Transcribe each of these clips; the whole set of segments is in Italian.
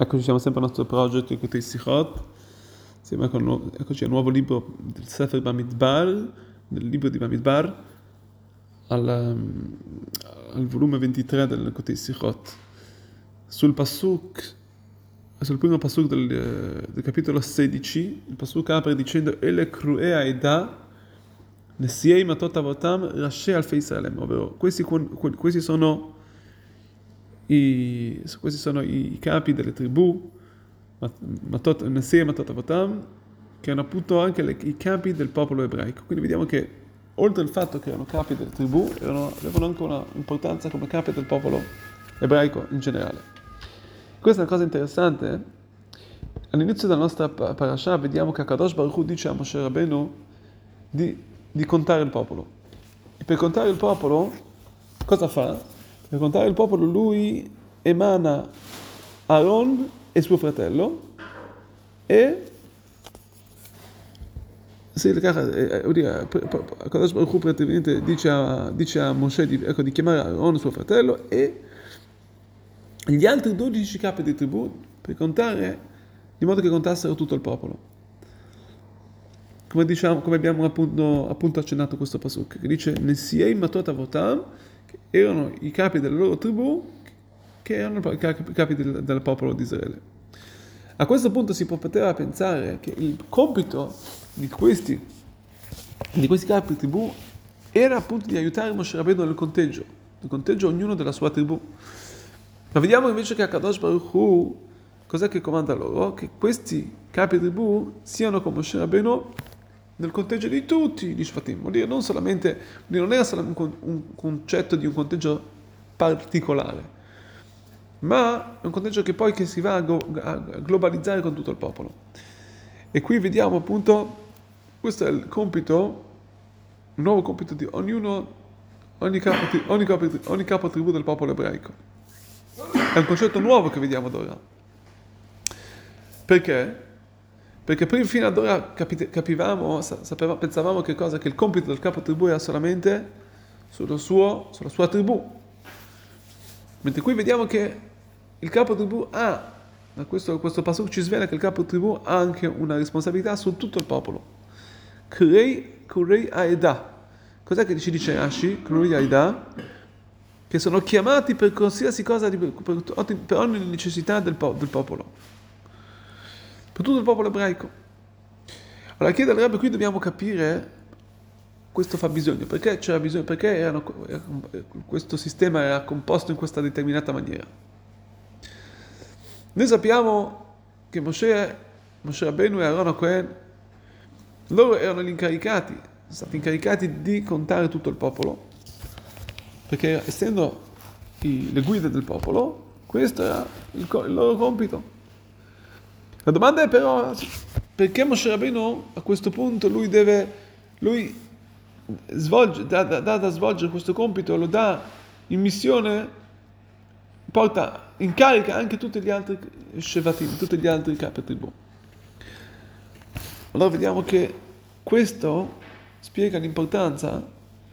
Eccoci, siamo sempre al nostro progetto Eccoutei Sichot. Eccoci al nuovo libro del Sefer Bamidbar, del libro di Bamidbar, al volume 23 del Eccoutei Sichot. Sul primo pasuk del capitolo 16, il pasuk apre dicendo Ele Kruea Eda Nesiei Matot Avotam Rashi Alfei Israelem, ovvero questi sono i capi delle tribù, Nesiei Matot Avotam, che erano appunto anche i capi del popolo ebraico. Quindi vediamo che oltre al fatto che erano capi delle tribù, avevano anche una importanza come capi del popolo ebraico in generale. Questa è una cosa interessante. All'inizio della nostra parasha vediamo che Kadosh Baruch Hu dice a Moshe Rabbeinu di contare il popolo. E per contare il popolo, cosa fa? Per contare il popolo lui emana Aaron e suo fratello e Kadosh Baruch Hu praticamente dice a Moshe di chiamare Aaron e suo fratello e gli altri 12 capi di tribù per contare, di modo che contassero tutto il popolo. Come abbiamo appunto accennato questo pasuk, che dice Nesiei Matot Avotam, che erano i capi della loro tribù, che erano i capi del popolo di Israele. A questo punto si poteva pensare che il compito di questi capi di tribù era appunto di aiutare Moshe Rabbeinu nel conteggio ognuno della sua tribù. Ma vediamo invece che a Kadosh Baruch Hu cos'è che comanda loro? Che questi capi tribù siano come Moshe Rabbeinu nel conteggio di tutti gli Shvatim. Vuol dire non era solo un concetto di un conteggio particolare, ma è un conteggio che si va a globalizzare con tutto il popolo. E qui vediamo appunto, questo è il nuovo compito di ogni capo tribù del popolo ebraico. È un concetto nuovo che vediamo ad ora. Perché? Perché fino ad ora pensavamo che il compito del capo tribù era solamente sulla sua tribù. Mentre qui vediamo che il capo tribù da questo passaggio ci svela che il capo tribù ha anche una responsabilità su tutto il popolo. Kurei Aeda. Cos'è che ci dice Rashi? Kurei Aeda? Che sono chiamati per qualsiasi cosa, per ogni necessità del popolo, per tutto il popolo ebraico. Allora chiede al Rebbe, qui dobbiamo capire questo fabbisogno, perché c'era bisogno, perché questo sistema era composto in questa determinata maniera. Noi sappiamo che Moshe Rabbeinu e Aaron Cohen, loro erano sono stati incaricati di contare tutto il popolo, perché essendo le guide del popolo, questo era il loro compito. La domanda è però, perché Moshe Rabbeinu a questo punto lui svolge, da svolgere questo compito, lo dà in missione, incarica anche tutti gli altri Shevatim, tutti gli altri capi tribù. Allora vediamo che questo spiega l'importanza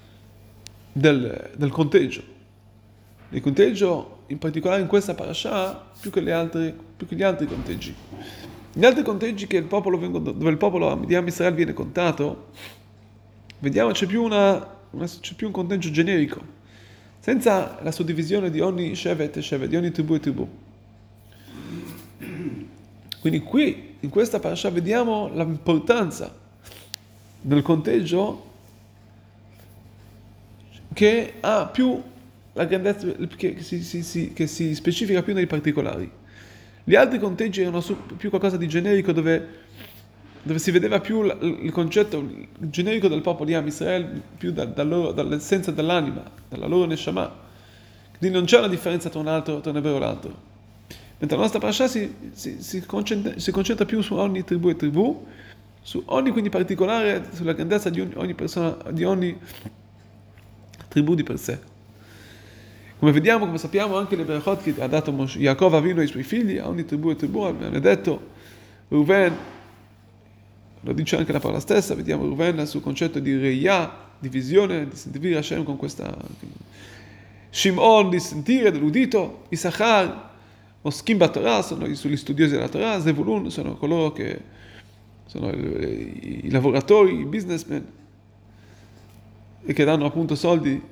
del conteggio. Il conteggio, in particolare in questa parasha, più che gli altri conteggi. Gli altri conteggi dove il popolo di Am Israel viene contato, vediamo c'è più un conteggio generico, senza la suddivisione di ogni shevet e shevet, di ogni tribù e tribù. Quindi qui, in questa parasha, vediamo l'importanza del conteggio che ha più la grandezza, che si specifica più nei particolari. Gli altri conteggi erano più qualcosa di generico, dove si vedeva più il concetto generico del popolo di Am Israel, più dall'essenza dell'anima, dalla loro neshama. Quindi non c'è una differenza tra un ebreo e l'altro. Mentre la nostra parasha si concentra più su ogni tribù e tribù, su ogni quindi particolare, sulla grandezza di ogni persona, di ogni tribù di per sé. Come sappiamo, anche le berachot che ha dato Yaakov Avinu ai suoi figli, a ogni tribù e tribù, abbiamo detto, Reuven, lo dice anche la parola stessa, vediamo Reuven sul concetto di reia, di visione, di sentire Hashem con questa Shimon, di sentire dell'udito, Issachar, Oskim Torah sono gli studiosi della Torah, Zevulun sono coloro che sono i lavoratori, i businessmen, e che danno appunto soldi,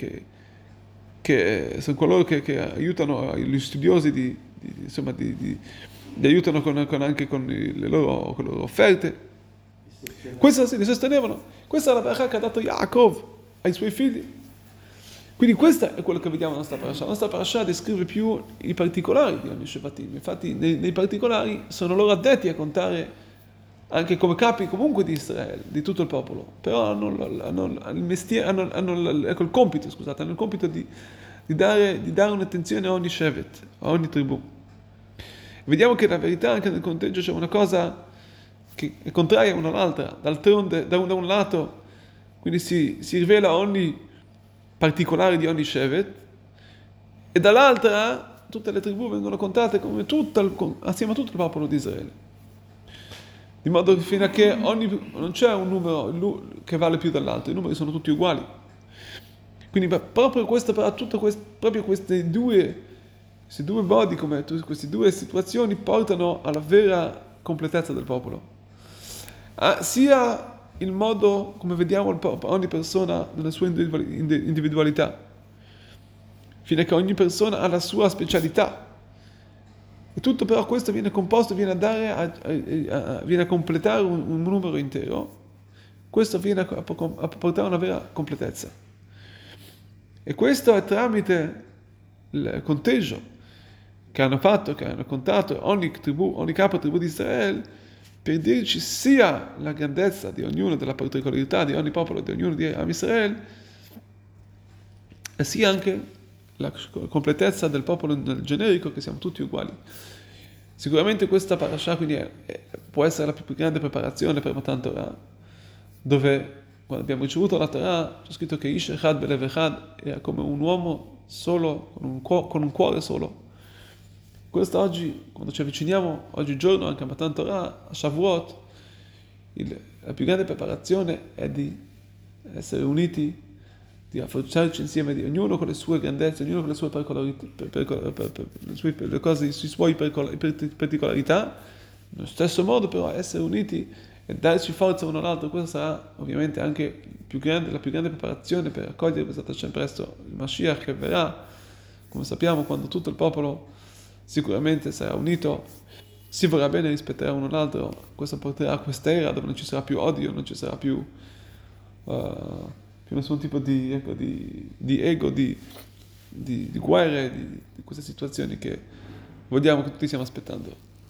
che sono coloro che aiutano gli studiosi insomma, li aiutano anche con le loro offerte. Questo si li sostenevano. Questa è la bracha che ha dato Yaakov ai suoi figli. Quindi questo è quello che vediamo nella nostra parasha. La nostra parasha descrive più i particolari di ogni Shevatim. Infatti nei particolari sono loro addetti a contare anche come capi comunque di Israele, di tutto il popolo. Però hanno il mestiere, ecco, il compito, scusate, hanno il compito di dare un'attenzione a ogni Shevet, a ogni tribù. Vediamo che la verità anche nel conteggio c'è una cosa che è contraria una all'altra. D'altronde, da un lato, quindi si rivela ogni particolare di ogni Shevet, e dall'altra tutte le tribù vengono contate come assieme a tutto il popolo di Israele. Di modo che fino a che non c'è un numero che vale più dell'altro, i numeri sono tutti uguali. Quindi proprio questi due modi, queste due situazioni portano alla vera completezza del popolo. Sia il modo come vediamo ogni persona nella sua individualità, fino a che ogni persona ha la sua specialità. E tutto però questo viene composto, viene a completare un numero intero. Questo viene a portare una vera completezza. E questo è tramite il conteggio che hanno contato ogni capo tribù di Israele, per dirci sia la grandezza di ognuno, della particolarità di ogni popolo, di ognuno di Am Israele, e sia anche la completezza del popolo nel generico, che siamo tutti uguali. Sicuramente questa parasha quindi può essere la più grande preparazione per Matan Torah, dove quando abbiamo ricevuto la Torah c'è scritto che Ish Echad Belev Echad era come un uomo solo, con un cuore solo. Questo oggi, quando ci avviciniamo, oggigiorno anche a Matan Torah, a Shavuot, la più grande preparazione è di essere uniti, di affacciarci insieme, di ognuno con le sue grandezze, ognuno con le sue particolarità, nello stesso modo però essere uniti e darci forza uno all'altro. Questa sarà ovviamente anche la più grande preparazione per accogliere presto il Mashiach, che verrà, come sappiamo, quando tutto il popolo sicuramente sarà unito, si vorrà bene, rispetterà uno l'altro. Questo porterà a questa era dove non ci sarà più odio, non ci sarà più nessun tipo di ego, di guerre, di queste situazioni che vogliamo, che tutti stiamo aspettando.